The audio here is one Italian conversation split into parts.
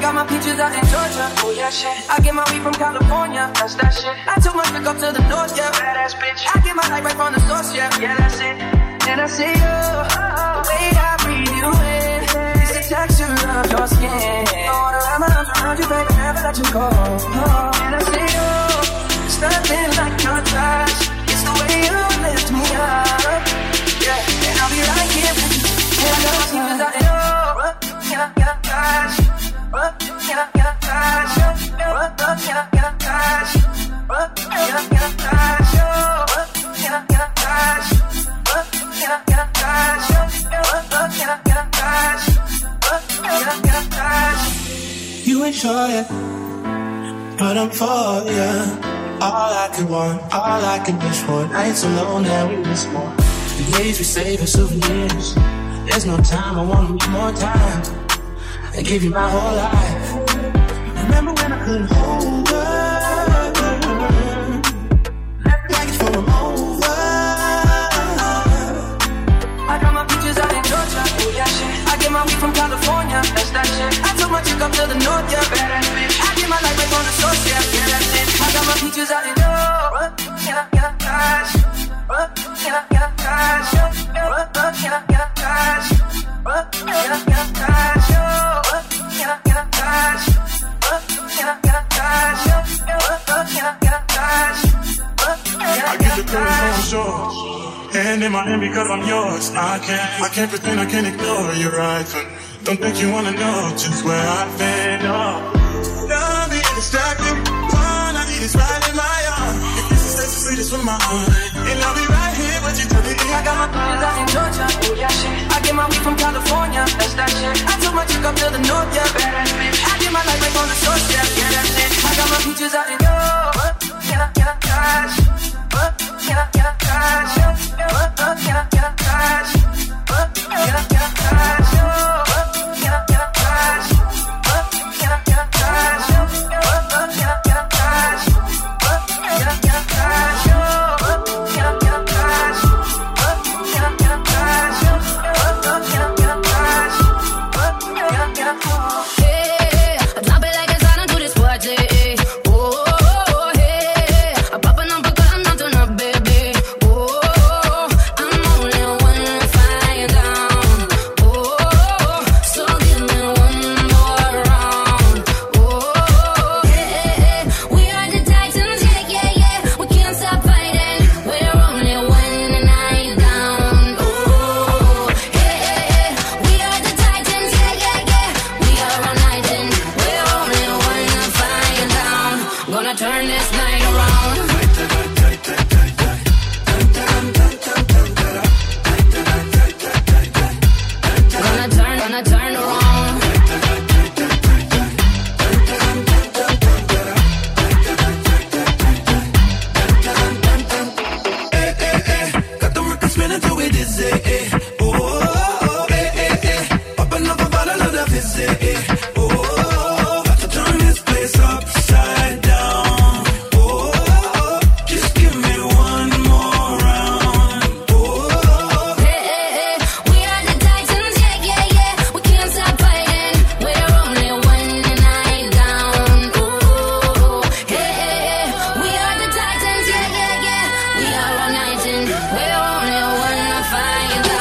got my peaches out in Georgia, oh yeah shit. I get my weed from California, that's that shit. I took my chick up to the north, yeah, badass bitch. I get my light right from the source, yeah, yeah that's it. And I see you, the way I breathe you in, it's the texture of your skin. I wanna wrap my arms around you, baby, never let you go. And I see you, it's nothing like your touch, it's the way you lift me up. Yeah, and I'll be right here with you. And I got my peaches out in can I touch? Can I touch? Can I touch? Can I touch? Can I touch? Can I touch? Can I touch? You ain't sure yet, but I'm for ya. All I could want, all I could wish for. Nights alone that we miss more. The days we save as souvenirs. There's no time, I want more time. I give you my whole life. Remember when I couldn't hold her? Like it's for a over. I got my peaches out in Georgia, oh yeah shit. I get my weed from California, that's that shit. I took my chick up to the north, yeah, badass bitch. I get my light right from the source, yeah, yeah that's it. I got my peaches out in Georgia. Can I touch? Can I touch? Can I touch? Can I touch? Can I touch? I get the feeling so sure. Hand in my hand because I'm yours. I can't pretend, I can't ignore you, right? Don't think you wanna know just where I've been. No, I'm being distracted. All I need is right in my arm. If this is the sweetest from my heart, and I'll be right here with you till the end. I got my peaches out in Georgia, oh yeah shit. I get my weed from California, that's that shit. I took my chick up to the north, yeah, badass bitch. I get my light right from the source, yeah, yeah that's it. I got my peaches out in Georgia. Can I touch? Can I touch? Can I touch? Can I touch? Can I touch? Can I touch? Can I touch? Can I touch? We're only one to find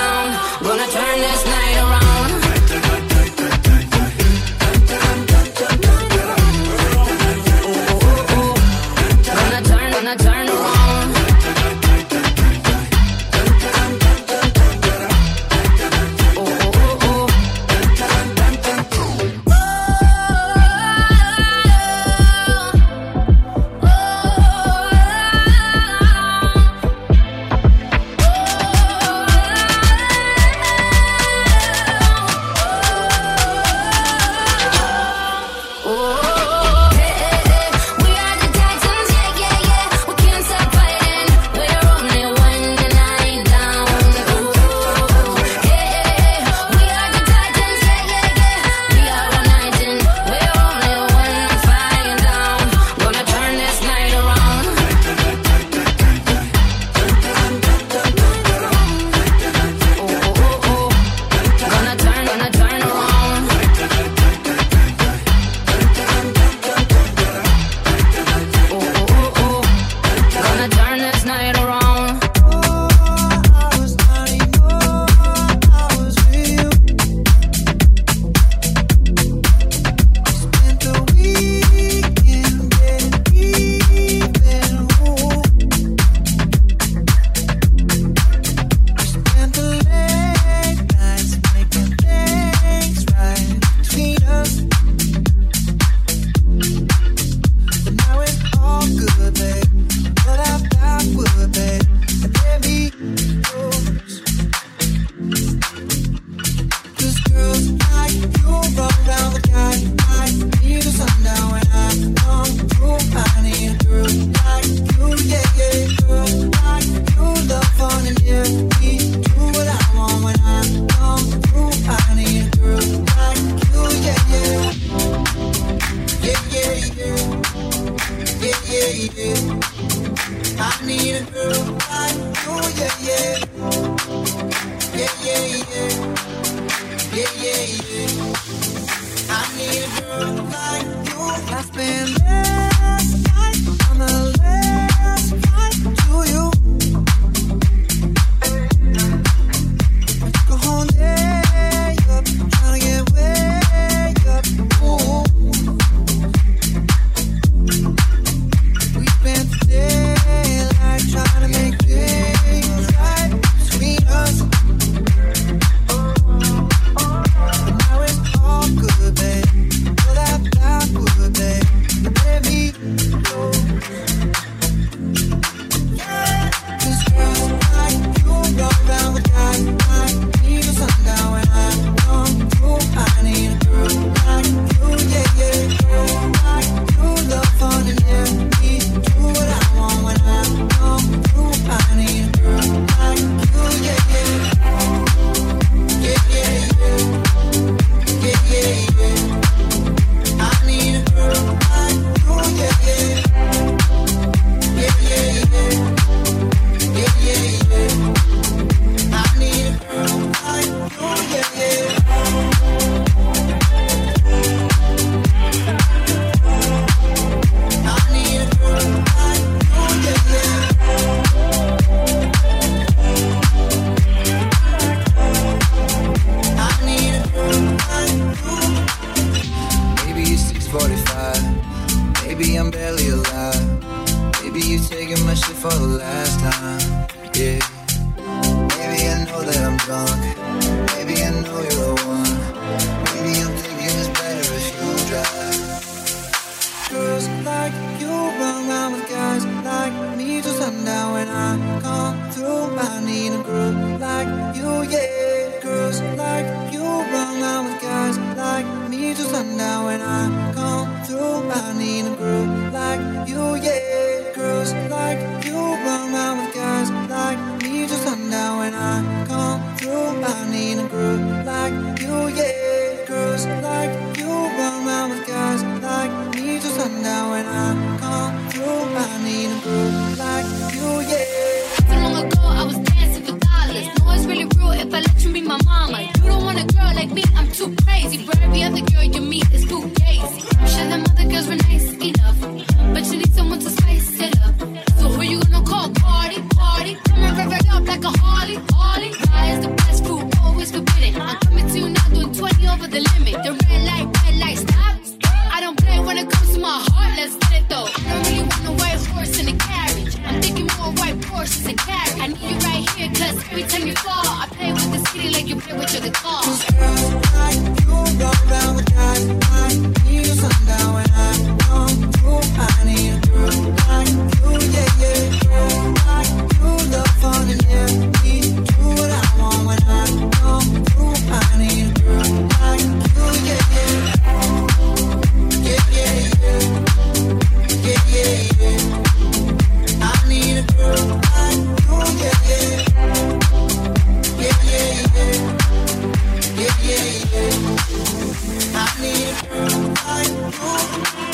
I need a girl like you, yeah. Girls like you run around with guys like me till sundown. When I come through, I need a girl like you, yeah. Girls like you run around with guys like me till sundown. When I come through, I need a girl like you, yeah. Girls like you run around with guys like me till sundown. When I come through, I need a girl like you, yeah. So long ago, I was dancing for dollars. No, it's really real if I let you be my mama. You don't want a girl like me, I'm too crazy. For every other girl you meet is too gazy. I'm sure them other girls were nice enough, but you need someone to spice it up. So who you gonna call? Party, party. Come and rev it up like a Harley, Harley. Fly is the best food, always forbidden. I'm coming to you now, doing 20 over the limit. The red light, stop. I don't play when it comes to my heart, let's get it though. I don't really want a white horse in a carriage. I'm thinking more white Porsches and carriage. I need you right here, cause every time you fall, I play with the city like you play with your guitar. Cause girls like you go around with guys like me till sundown. When I come through, I need a girl like you, yeah, yeah. Girl like you, love fun and yeah, me do what I want. When I come through, I need a girl like you, yeah, yeah. Yeah, yeah, yeah. Yeah, yeah, yeah. I need a girl like you, yeah, yeah. Yeah, yeah, yeah. Yeah, yeah, yeah. I need a girl like you.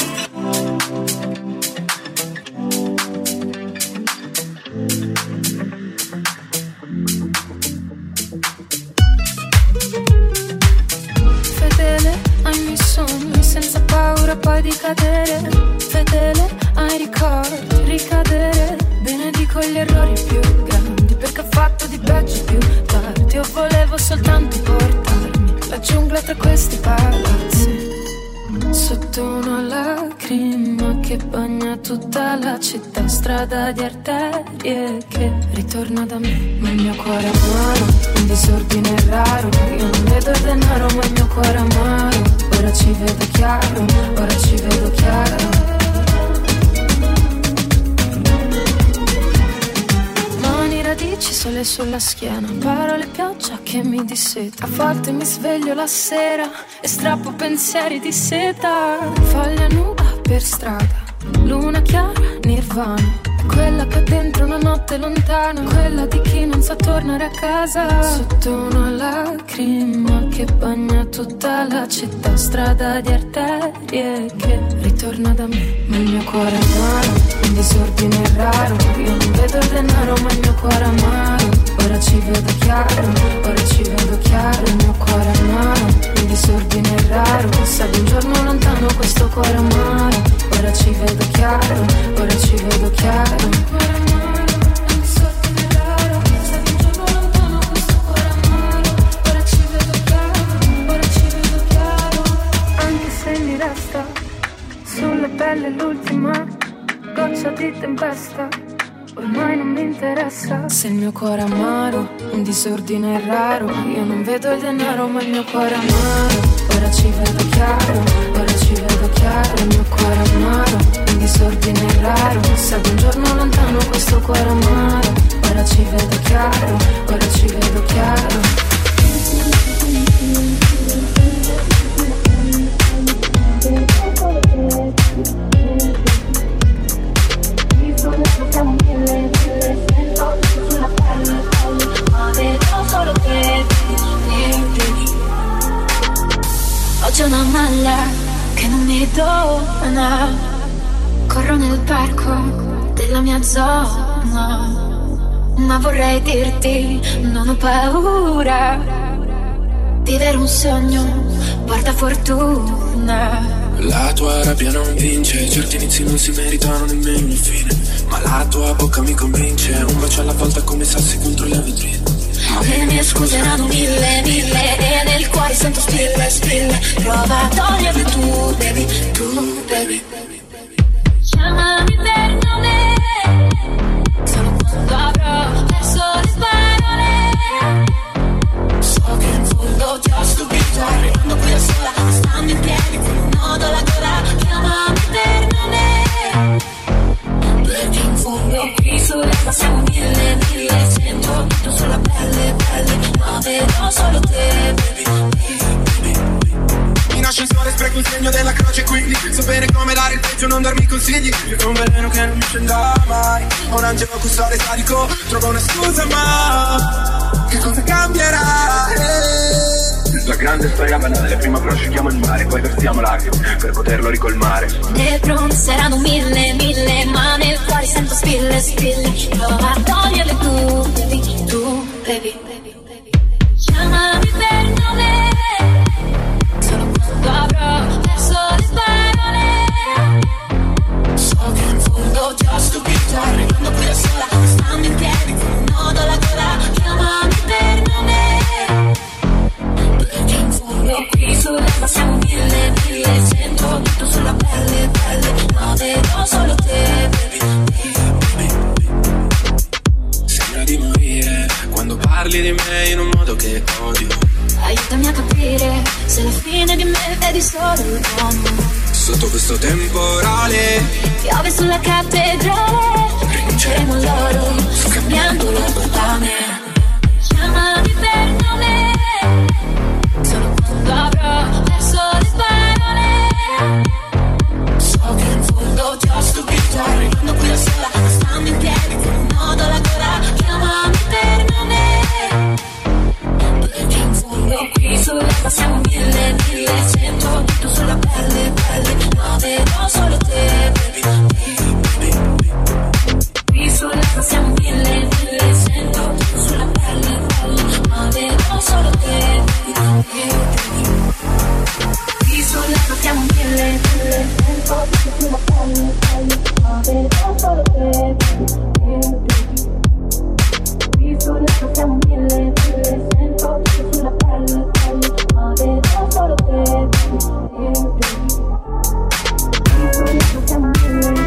Fedele ai miei sogni senza paura poi di cadere. Fedele ai ricordi, ricadere. Benedico gli errori più grandi perché ho fatto di peggio più tardi. Io volevo soltanto portarmi la giungla tra questi palazzi. Sotto una lacrima che bagna tutta la città, strada di arterie che ritorna da me. Ma il mio cuore è amaro, un disordine raro. Io non vedo il denaro ma il mio cuore è amaro. Ora ci vedo chiaro, ora ci vedo chiaro. Mani, radici, sole sulla schiena, parole, pioggia che mi disseta. A volte mi sveglio la sera e strappo pensieri di seta. Foglia nuda per strada, luna chiara, nirvana. Quella che dentro una notte lontana, quella di chi non sa tornare a casa. Sotto una lacrima che bagna tutta la città, strada di arterie che ritorna da me. Ma il mio cuore è amaro, un disordine raro. Io non vedo il denaro ma il mio cuore è amaro. Ora ci vedo chiaro, ora ci vedo chiaro. Il mio cuore è amaro, un disordine raro. Sa di un giorno lontano questo cuore amaro. Ora ci vedo chiaro, ora ci vedo chiaro. Il mio cuore amaro, un disordine raro. Sa di un giorno lontano questo cuore amaro. Ora ci vedo chiaro, ora ci vedo chiaro. Anche se mi resta sulla pelle l'ultima goccia di tempesta, ormai non mi interessa. Se il mio cuore è amaro, un disordine raro. Io non vedo il denaro ma il mio cuore è amaro. Ora ci vedo chiaro, ora ci vedo chiaro. Il mio cuore è amaro, un disordine raro. Sa di un giorno lontano questo cuore amaro. Ora ci vedo chiaro, ora ci vedo chiaro. Siamo mille, sento sulla pelle, ma vedo solo te. Oggi ho una malla che non mi dona. Corro nel parco della mia zona, ma vorrei dirti non ho paura. Vivere un sogno porta fortuna. La tua rabbia non vince, certi inizi non si meritano nemmeno il fine. Ma la tua bocca mi convince, un bacio alla volta come sassi contro le vetrine. Le mie scuse erano mille, mille, e nel cuore sento spille, spille. Prova a toglierle tu, baby, tu, baby. Chiamami per nome, solo quando avrò perso le parole. So che in fondo ti ho stupito, arrivando qui da sola, stando in piedi con un nodo alla gola. Chiamami per nome, perché in fondo qui sull'erba siamo mille, mille, sento spreco un segno della croce, quindi so bene come dare il peggio, non darmi consigli. Io ho un veleno che non mi scenda mai, ho un angelo custode sadico, trovo una scusa ma che cosa cambierà? La grande storia banale, prima però asciughiamo il mare, poi versiamo lacrime per poterlo ricolmare. Dentro saranno mille, ma nel cuore sento spille. Prova a toglierle tu, baby. Chiamami per nome, solo quando avrò perso le parole. So che in fondo ti ho stupito, arrivando qui da sola, stando in piedi con un nodo alla gola. Chiamami per nome, perché in fondo qui sull'erba siamo mille, sento tutto sulla pelle, ma vedo solo te, baby. Sembra di morire quando parli di me in un modo che odio. Aiutami a capire se la fine di me vedi solo l'uomo. Sotto questo temporale Piove sulla cattedrale, rinunceremo all'oro, scambiando le lontane. Chiamami per nome, solo quando avrò perso le parole. So che in fondo ti ho stupito, arrivando qui da sola, stando in piedi con un nodo alla gola. Chiamami per nome, perché in fondo qui sull'erba siamo mille, sento tutto sulla pelle, ma vedo solo te, baby. Qui sull'erba siamo mille, sento tutto sulla pelle, ma vedo solo te, baby. Qui sull'erba siamo mille, sento tutto sulla pelle, ma vedo solo te, baby. Qui sull'erba siamo mille, sento tutto sulla pelle, ma vedo solo te, baby. Qui sull'erba siamo mille,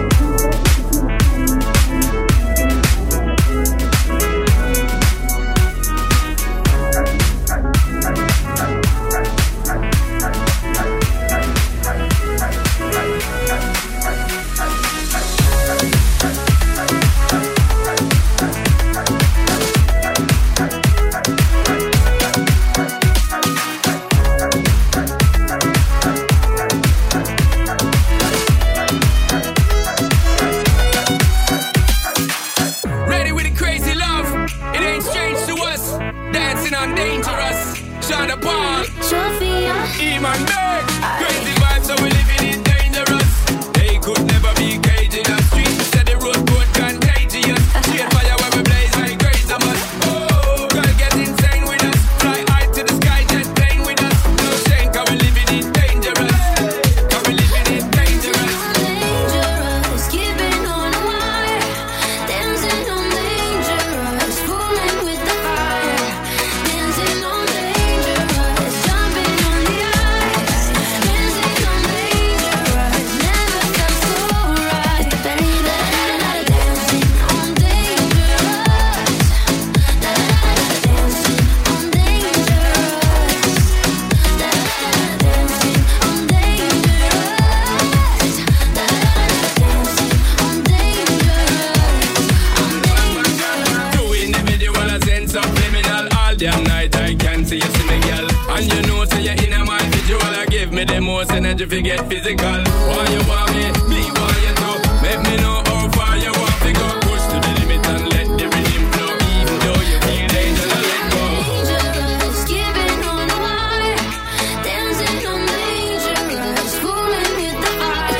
energy fi get physical. Why you want me? Me want you to. Make me know how far you want to go. Push to the limit and let the rhythm flow. Even though you feel dangerous, let go. Dangerous, skipping on the wire, dancing on dangerous, fooling with the fire.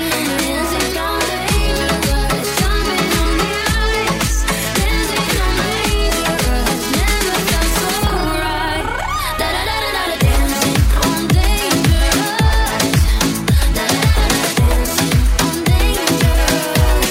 Dancing on dangerous, jumping on the ice. Dancing on dangerous, never felt so right. Da da da da da, dancing on dangerous. Da da da da, dancing on dangerous.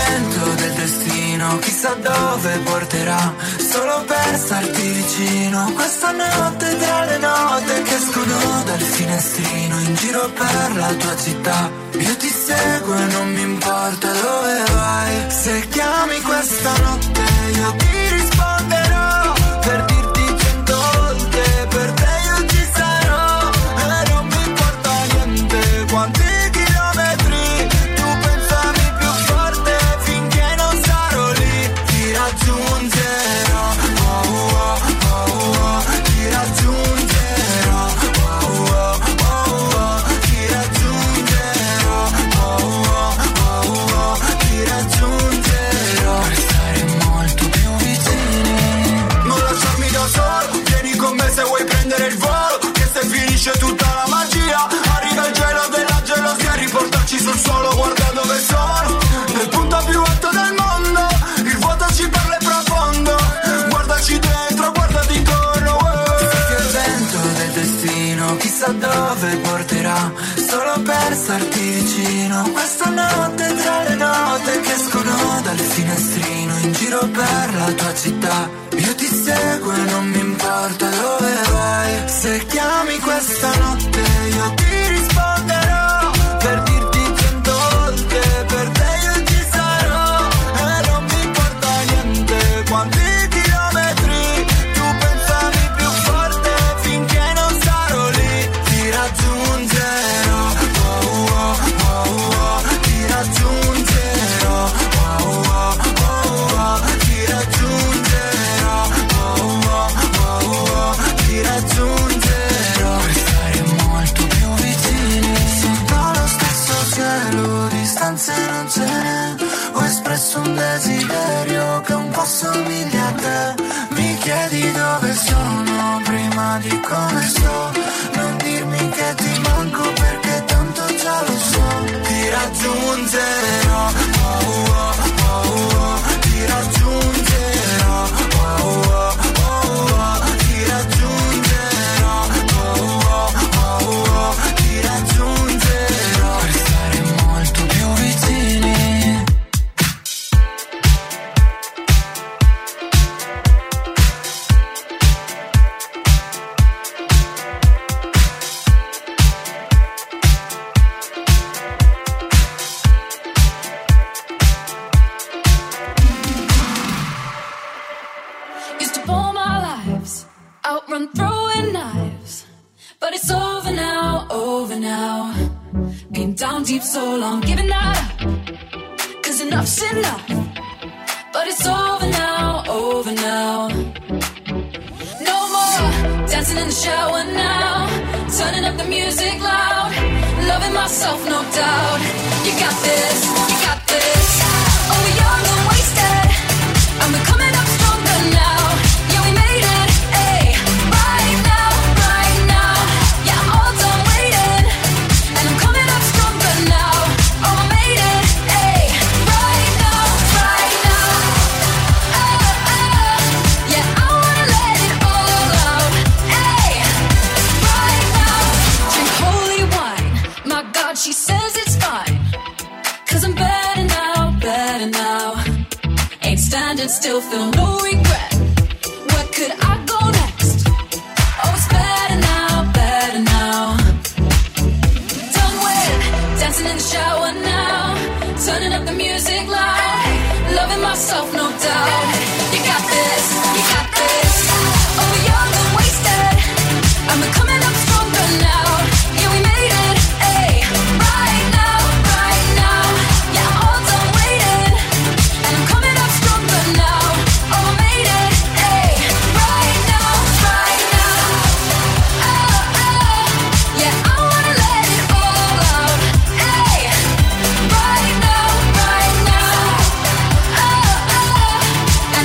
vento del destino, chissà dove porterà, solo per starti vicino. Questa notte tra le note che escono dal finestrino, in giro per la tua città, io ti seguo e non mi importa dove vai. Se chiami questa notte io ti risponderò, per dirti 100 volte per te io ci sarò. E non mi importa niente quanti chilometri, tu pensami più forte finché non sarò lì. Ti raggiungerò, oh oh oh oh, ti raggiungerò, oh oh oh oh, ti raggiungerò, oh oh oh oh, ti raggiungerò. Per stare molto più vicini. Non lasciarmi da solo, vieni con me se vuoi prendere il volo, che se finisce tutta la magia arriva il gelo della gelosia, riportarci sul suolo. Guarda dove sono, nel punto più alto del mondo, il vuoto ci parla e profondo. Guardaci dentro, guardati intorno. Senti il vento del destino, chissà dove porterà, solo per starti vicino. Questa notte tra le note che escono dal finestrino, in giro per la tua città, io ti seguo e non mi importa dove vai. Se chiami questa notte io ti risponderò, per dirti 100 volte per te io ci sarò. E non mi importa niente quanti chilometri, tu pensami più forte finché non sarò lì. Ti raggiungerò, oh oh oh oh, ti raggiungerò, oh oh oh oh, ti raggiungerò, oh oh oh oh, ti raggiungerò. Per stare molto più vicini, sotto lo stesso cielo, distanze non ce n'è. Ho espresso un desiderio che un po' somiglia a te. Mi chiedi dove sono prima di come sto, non dirmi che ti manco perché tanto già lo so. Ti raggiungerò, oh oh oh oh, ti raggiungerò, oh oh oh oh, ti raggiungerò, oh oh oh oh, ti raggiungerò. Per stare molto più vicini. Used to pull my lives, outrun throwing knives, but it's over now, over now. Been down deep so long, giving that up, 'cause enough's enough. But it's over now, over now. No more dancing in the shower now, turning up the music loud, loving myself, no doubt. You got this, you got this. Oh, we're young and wasted, and we're coming up stronger now. Yeah, we made it, ayy. Right now, yeah, all done waiting, and I'm coming up stronger now. Oh, I made it, ayy. Right now, oh, oh, yeah, I wanna let it all out, ayy. Right now, drink holy wine, my God, she says it's fine, 'cause I'm better now, better now. Ain't standing still, feel no regret. Where could I go next? Oh, it's better now, better now. Done with dancing in the shower now, turning up the music loud, loving myself, no doubt. You got this, you got this. Oh, we're young and wasted, and we're coming up stronger now. Yeah, we made it, ayy. Right now, yeah, all done waiting, and I'm coming up stronger now. Oh, I made it, ayy. Right now, oh, oh, yeah, I wanna let it all out, ayy. Right now, oh, oh,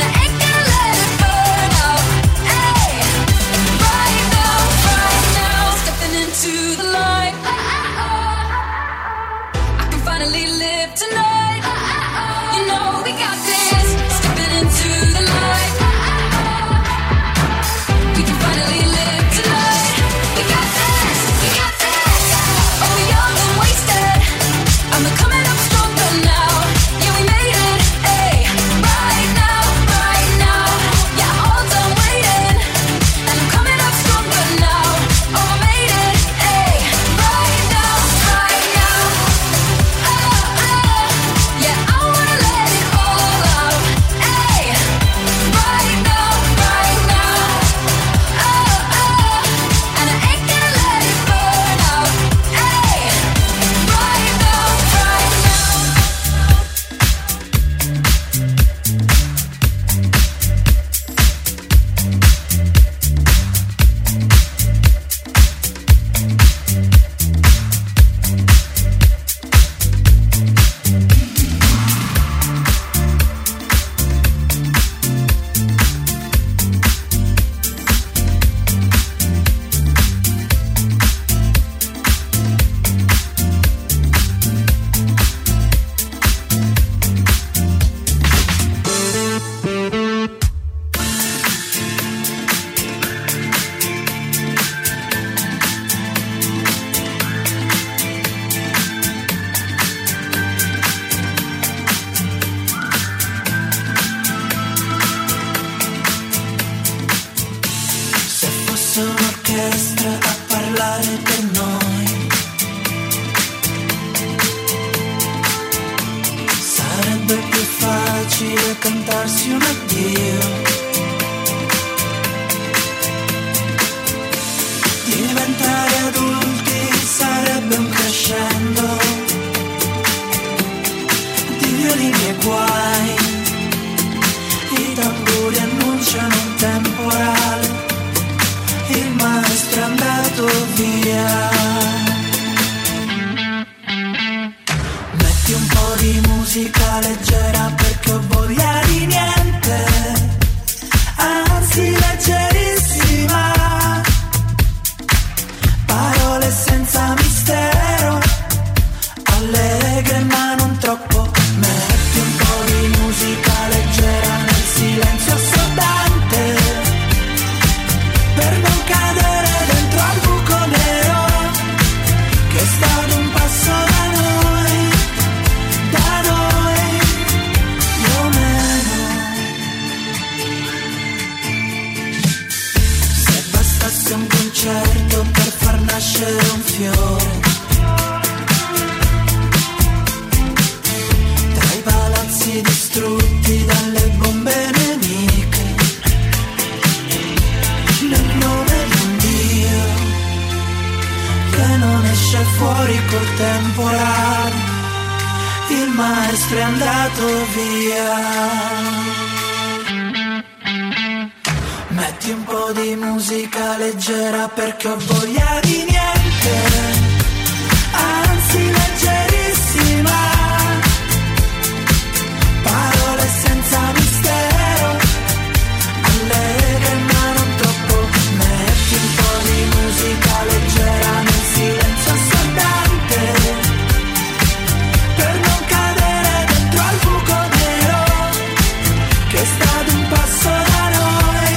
orchestra a parlare per noi. Sarebbe più facile cantarsi un addio. Diventare adulti sarebbe un crescendo di violini e guai. I tamburi annunciano un temporale, il maestro è andato via. Metti un po' di musica leggera perché ho voglia di niente, anzi leggerissima. Parole senza mistero, allegre ma non troppo. Metti un po' di musica leggera nel silenzio assordante, per non cadere dentro al buco nero che sta ad un passo da noi più o meno. Se bastasse un concerto per far nascere un fiore, tra i palazzi distrutti dalle bombe nemiche, nel nome di un Dio che non esce fuori col temporale, il maestro è andato via. Metti un po' di musica leggera perché ho voglia di niente, anzi leggerissima. Parole senza mistero, allegre ma non troppo. Metti un po' di musica leggera nel silenzio assordante, per non cadere dentro al buco nero che sta ad un passo da noi.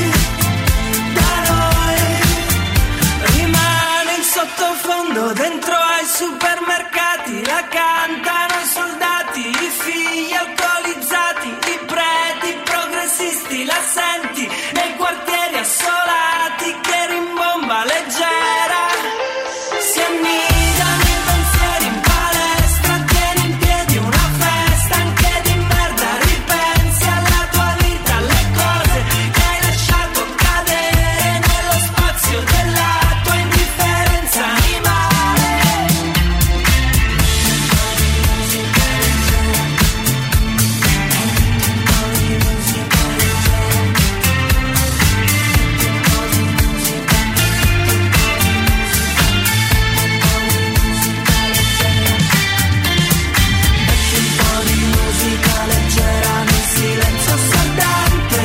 Rimane in sottofondo dentro ai supermercati, la cantano i soldati, i figli alcolizzati, i preti progressisti, la senti nei quartieri assolati che rimbomba leggera. Si annidano i pensieri in palestra, tieni in piedi una festa anche di merda, ripensi alla tua vita, alle cose che hai lasciato cadere nello spazio della tua indifferenza animale. Un po' di musica leggera nel silenzio assordante,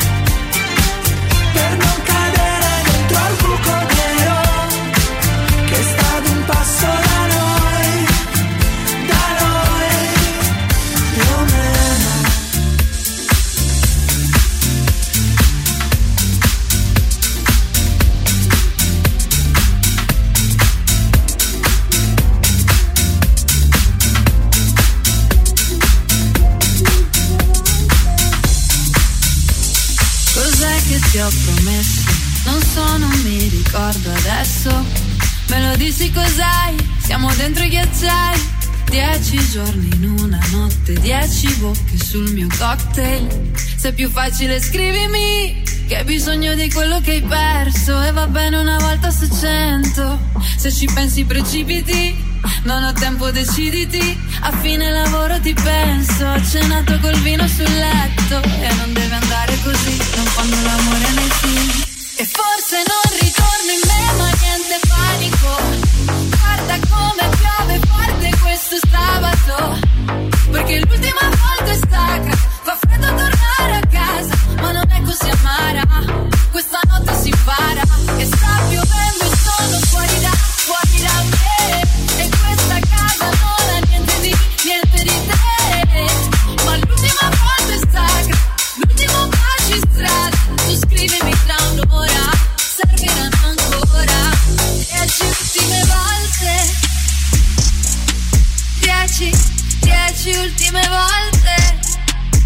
per non cadere dentro al buco nero che sta ad un passo da noi più o meno. Cos'è che ti ho promesso? Non so, non mi ricordo adesso. Me lo dici cos'hai? Siamo dentro i ghiacciai. 10 giorni in una notte, 10 bocche sul mio cocktail. Se è più facile scrivimi che hai bisogno di quello che hai perso, e va bene una volta su 100. Se ci pensi precipiti, non ho tempo, deciditi. A fine lavoro ti penso, ho cenato col vino sul letto, e non deve andare così, non fanno l'amore nei film. E forse non ritorno in me, ma niente panico. Guarda come piove forte questo sabato, perché l'ultima volta è stacca. Fa freddo tornare a casa, ma non è così amara. Questa notte si impara, e sta piovendo e sono fuori da me. E questa casa non ha niente di te. Ma l'ultima volta è stacca, l'ultimo bacio in strada. Tu scrivimi tra un'ora, serviranno ancora 10 ultime volte. 10 ultime volte.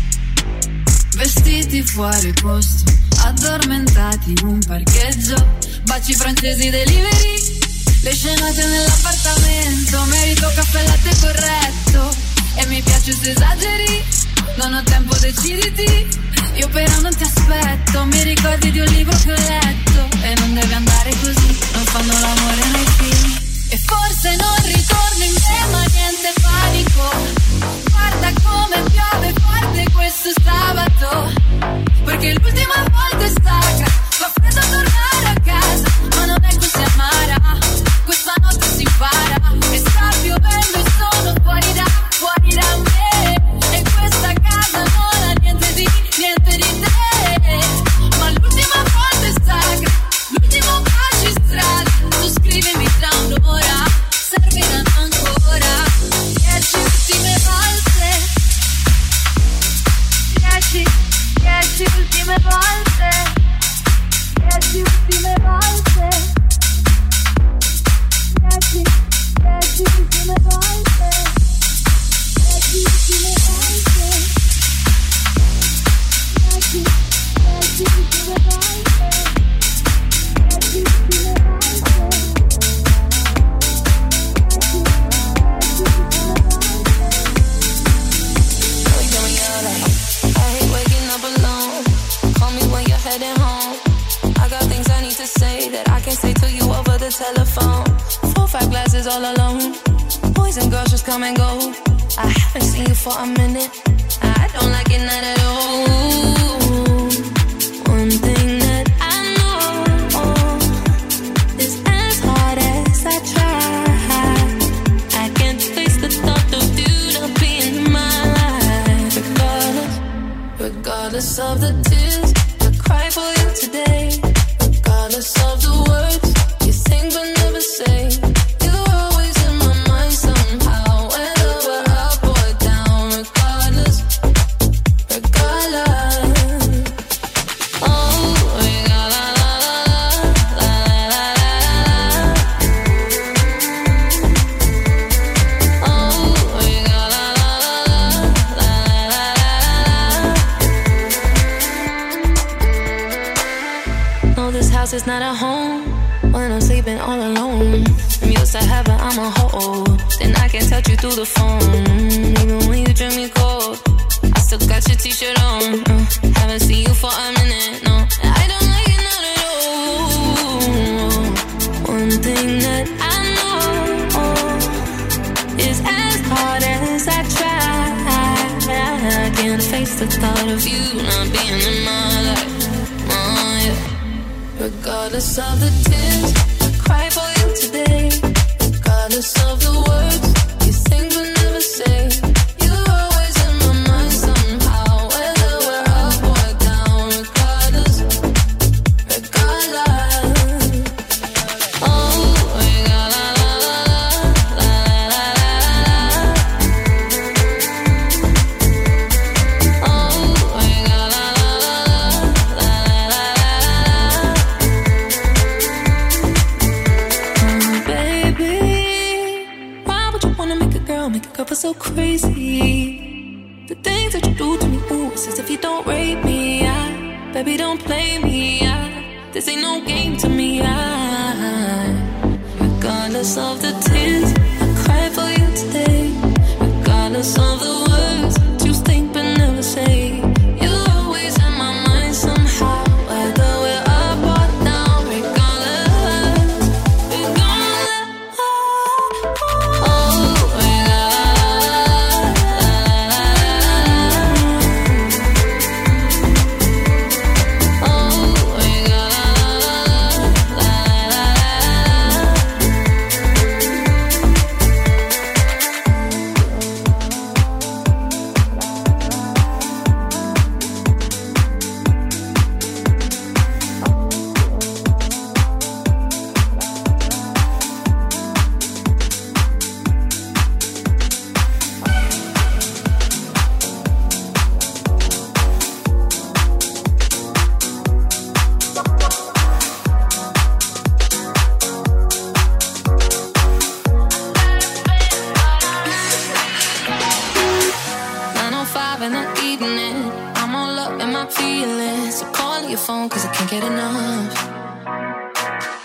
Vestiti fuori posto, addormentati in un parcheggio. baci francesi delivery, le scenate nell'appartamento, merito caffè latte corretto e mi piace se esageri, non ho tempo deciditi, io però non ti aspetto, mi ricordi di un libro che ho letto e non deve andare così, non fanno l'amore nei film e forse non ritorno in te ma niente panico, guarda come piove forte questo sabato, perché l'ultima volta è stata, fa freddo tornare a casa, ma non è così amara, questa notte si impara e sta piovendo e sono fuori da me, e questa casa non ha niente di te, ma l'ultima volta è stata, l'ultimo bacio in strada, tu scrivimi tra un'ora, serviranno ancora 10 ultime volte, 10 ultime volte, 10 ultime volte, 10 ultime volte, 10 ultime volte, 10 ultime volte, 10 ultime heading home. I got things I need to say that I can't say to you over the telephone. 4-5 glasses all alone. Boys and girls just come and go. I haven't seen you for a minute. I don't like it not at all. One thing that I know is as hard as I try, I can't face the thought of you not being in my life. Regardless of the tears cry for you today, regardless of the words you think but never say. You're always in my mind somehow, whether we're up or down. Regardless. Oh, it's not a home when I'm sleeping all alone. I'm used to having I'm a hoe, then I can touch you through the phone. Even when you drink me cold, I still got your t-shirt on. Haven't seen you for a minute, no. I don't like it not at all. One thing that I know is as hard as I try, I can't face the thought of you not being in my life. Regardless of the tears I cry for you today, regardless of the words you think but never say, you're always in my mind somehow, whether we're up or down. Regardless. Oh, so crazy. The things that you do to me, ooh, it's as if you don't rape me. Baby, don't play me. This ain't no game to me. Regardless of the tears I cry for you today, regardless of the words you think but never say, you're always in my mind somehow, whether we're up or down. Regardless. feelings, so call your phone 'cause I can't get enough.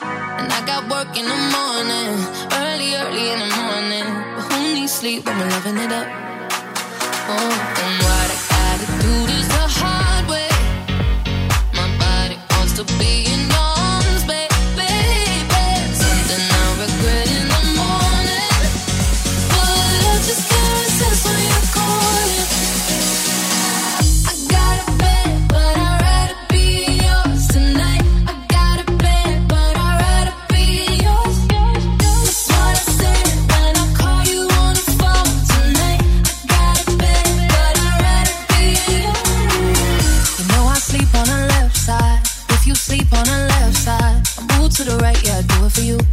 work in the morning, early in the morning. But who needs sleep when we're loving it up? Oh, and what I gotta do this the hard way. My body wants to be in arms, baby. Something I regret in the morning, but I just can't resist when you're calling. I got a bed, but I'd rather be yours tonight. I got a bed, but I'd rather be yours. That's what I said when I call you on the phone tonight. I got a bed, but I'd rather be yours. You know I sleep on the left side. If you sleep on the left side, I move to the right, yeah, I do it for you.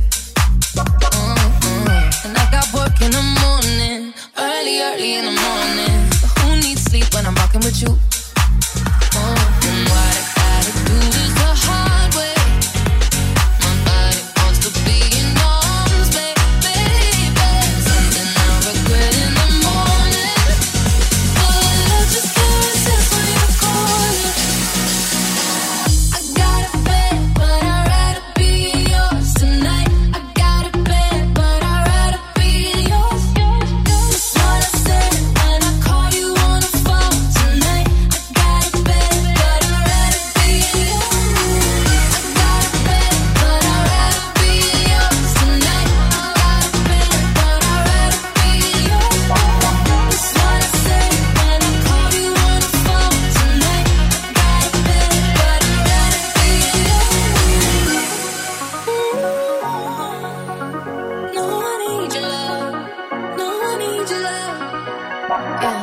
And I got work in the morning, early in the morning. But who needs sleep when I'm rocking with you? And what I gotta do is the hard way. My body wants to be in arms, baby. Something I regret in the morning, but I just can't resist when you're calling. I got a bed, but I'd rather be yours tonight. I got a bed, but I'd rather be yours. That's what I said when I call you on the phone tonight. I got a bed, but I'd rather be yours. I got a bed, but I'd rather be yours tonight. I got a bed, but I'd rather be yours. That's what I said when I call you on the phone tonight. I got a bed, but I'd rather be yours. No, I need your love. No, I need your love. Yeah.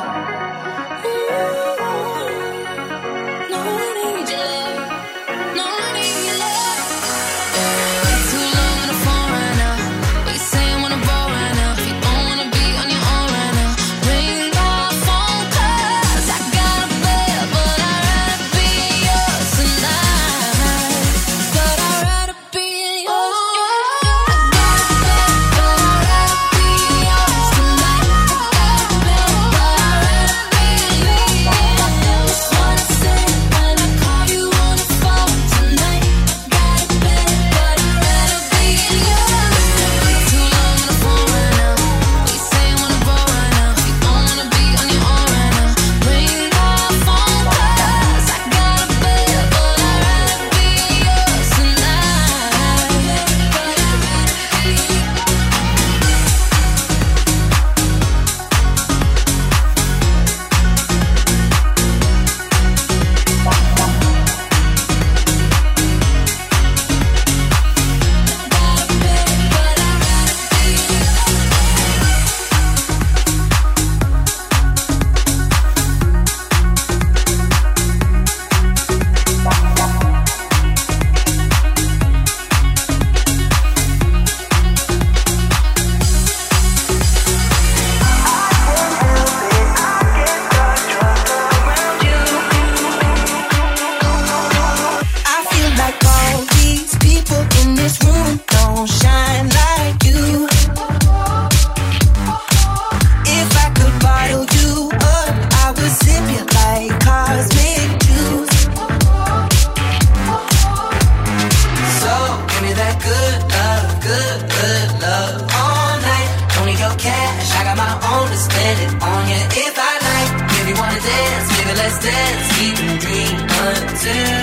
No, I need your love. No, I need your love. Too long on the phone right now. What you saying when I'm bored right now? If you don't wanna be on your own right now, ring my phone 'cause I got a bed, but I'd rather be yours tonight. But I'd rather be yours. I got a bed, but I'd rather be yours tonight. I got a bed, but I'd rather be yours. That's what I said when I call you on the phone tonight. I got a bed, but I'd rather be yours. Too long on the phone right now. What you saying when I'm bored right now? If you don't wanna be on your own right now, ring my phone 'cause I got a bed, but I'd rather be yours tonight. But I'd rather be I feel like all these people in this room don't shine like you. If I could bottle you up, I would sip you like cosmic juice. So give me that good love all night. Don't need your cash, I got my own to spend it on you if I like. If you wanna dance, baby, let's dance. We can dream until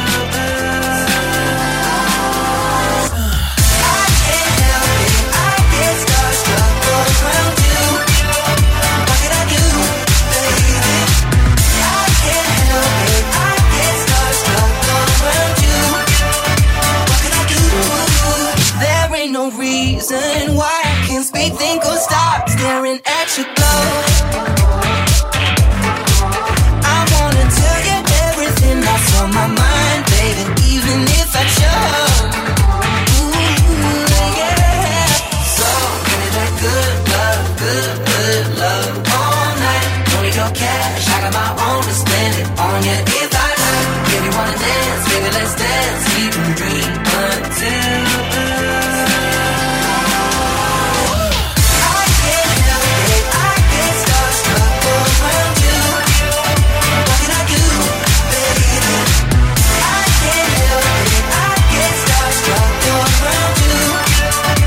I can't help it, I get starstruck around you. What can I do, baby? I can't help it, I get starstruck around you. What can I do? There ain't no reason why I can't speak, think, or stop staring at your glow. I wanna tell you everything that's on my mind, baby, even if I choke. Ooh, yeah. So give me that good love all night. Don't need your cash, I got my own to spend it on you if I like. If you wanna dance, baby, let's dance. We can dream until I can't help it, I get starstruck around you. What can I do, baby? I can't help it, I get starstruck around you.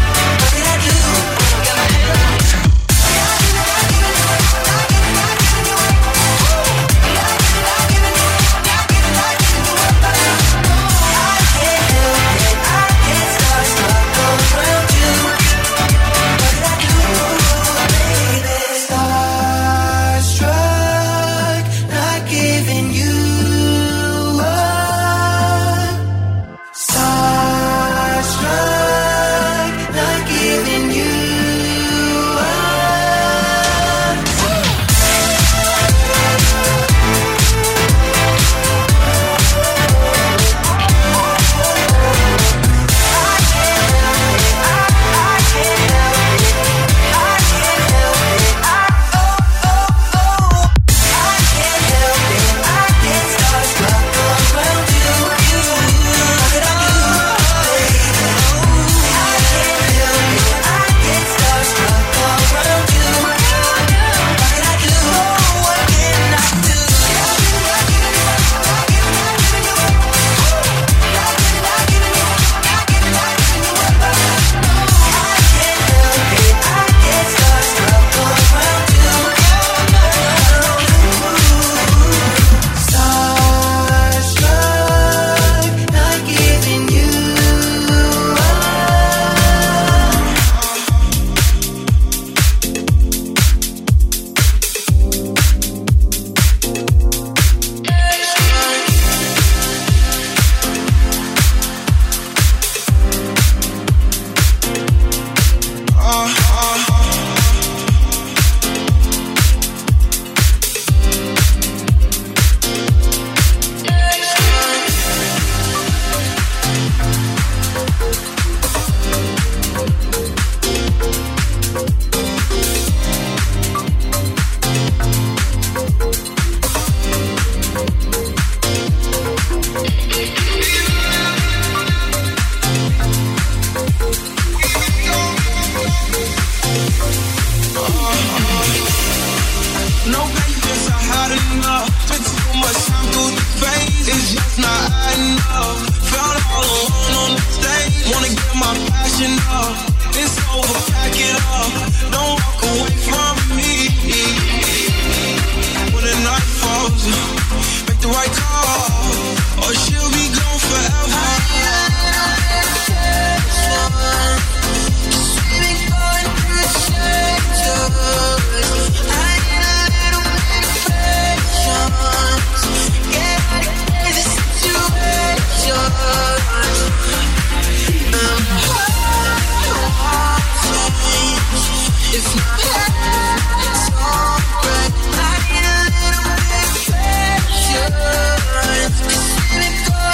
the white car, or she'll be gone forever. It's not it's all great. I need a little bit of patience. 'Cause when it goes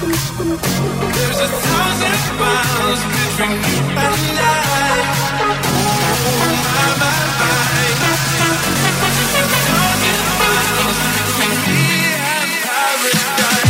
There's 1,000 miles between you and I. Oh, my, my, my. There's 1,000 miles between me and paradise.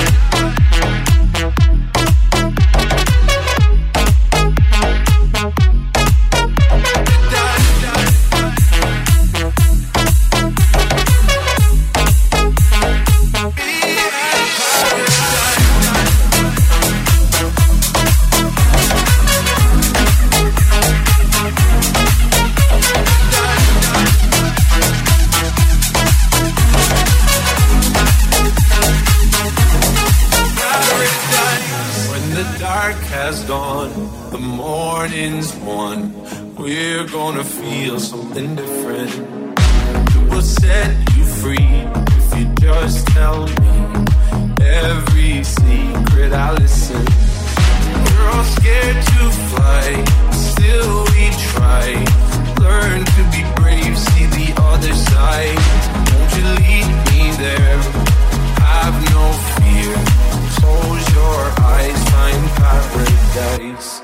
Has gone, the morning's won. We're gonna feel something different. It will set you free if you just tell me every secret I listen. We're all scared to fly, still we try. Learn to be brave, see the other side. Won't you lead me there? Have no fear. Close your eyes, find paradise.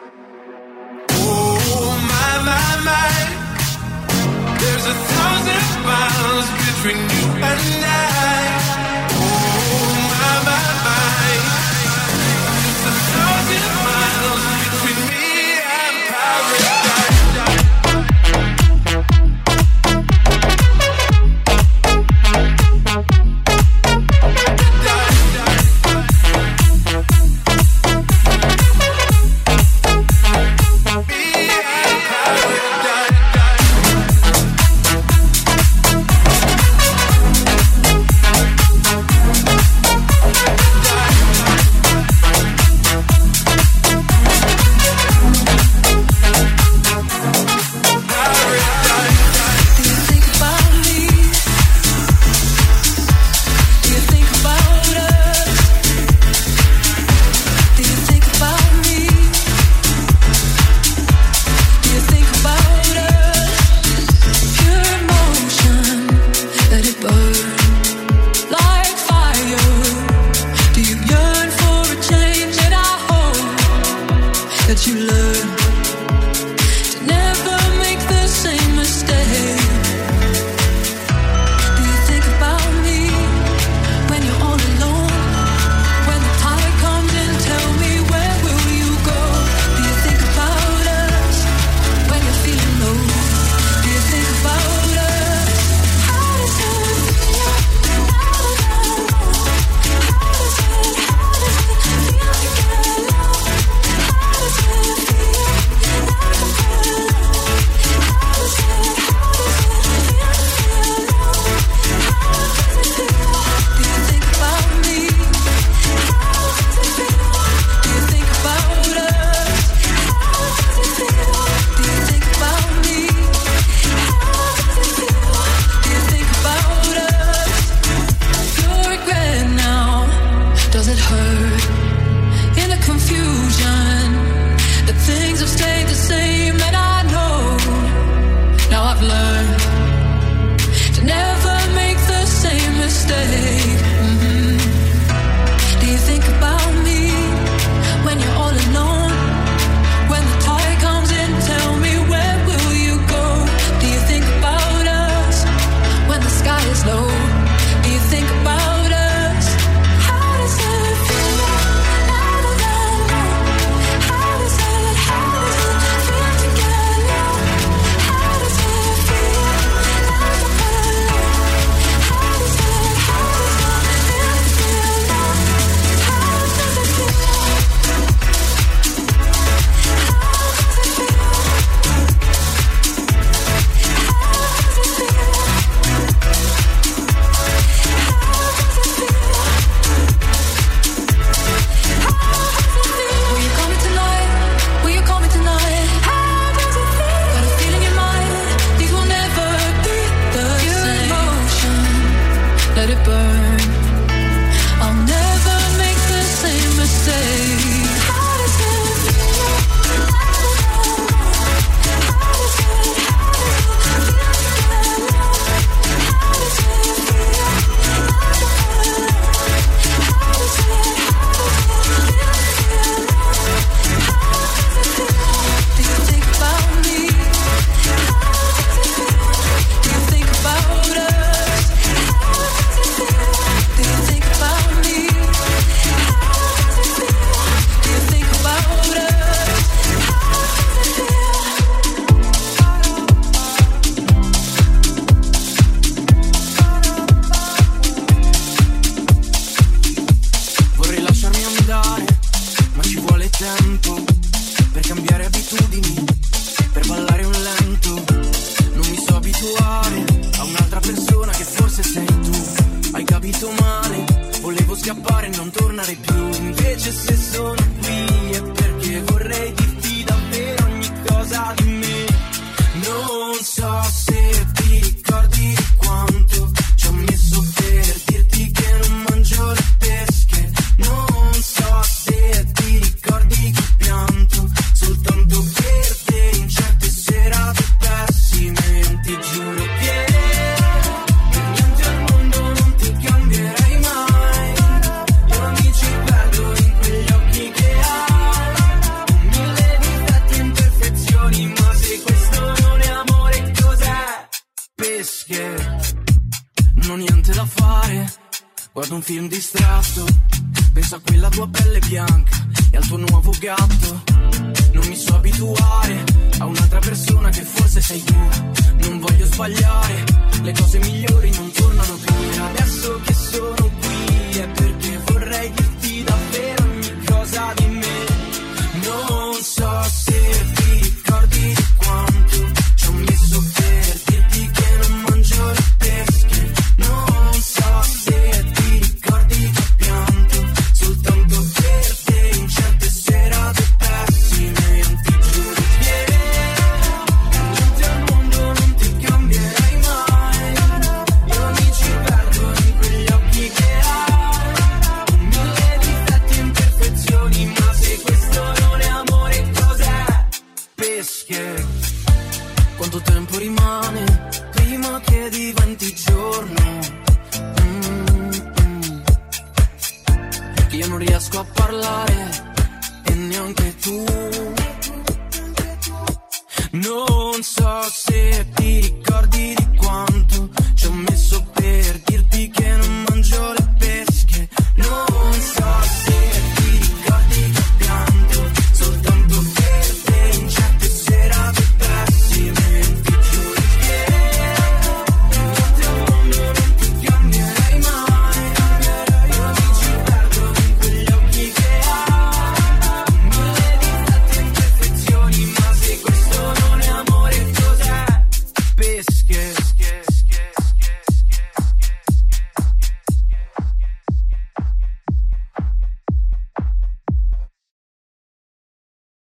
Oh, my, my, my. There's 1,000 miles between you and I. Oh, tempo per cambiare abitudini, per ballare un lento. Non mi so abituare a un'altra persona che forse sei tu. Hai capito male, volevo scappare e non tornare più. Invece se sono qui è perché vorrei dirti davvero ogni cosa di me. Non so se ti ricordi di quanto ci ho messo per dirti che non mangio le pesche. Non so se ti ricordi che pianto soltanto per te in certe serate pessime. Non ti giuro che per niente al mondo non ti cambierei mai. Io mi ci perdo in quegli occhi che hai, con mille difetti e imperfezioni, ma se questo non è amore cos'è? Pesche, non ho niente da fare, guardo un film distratto, penso a quella tua pelle bianca e al tuo nuovo gatto. Non mi so abituare a un'altra persona che forse sei tu. Non voglio sbagliare, le cose migliori non tornano più. E adesso che sono qui è perché vorrei dirti davvero ogni cosa di me. Non so se ti ricordi di quanto ci ho messo per dirti che non mangio le pesche. Non so se ti ricordi che pianto soltanto per te in certe serate pessime. Non ti giuro che per niente al mondo non ti cambierei mai. Io mi ci perdo in quegli occhi che hai, con mille difetti e imperfezioni, ma se questo non è amore cos'è? Pesche. Quanto tempo rimane prima che diventi giorno? Che io non riesco a parlare e neanche tu. Non so se ti ricordi di quanto ci ho messo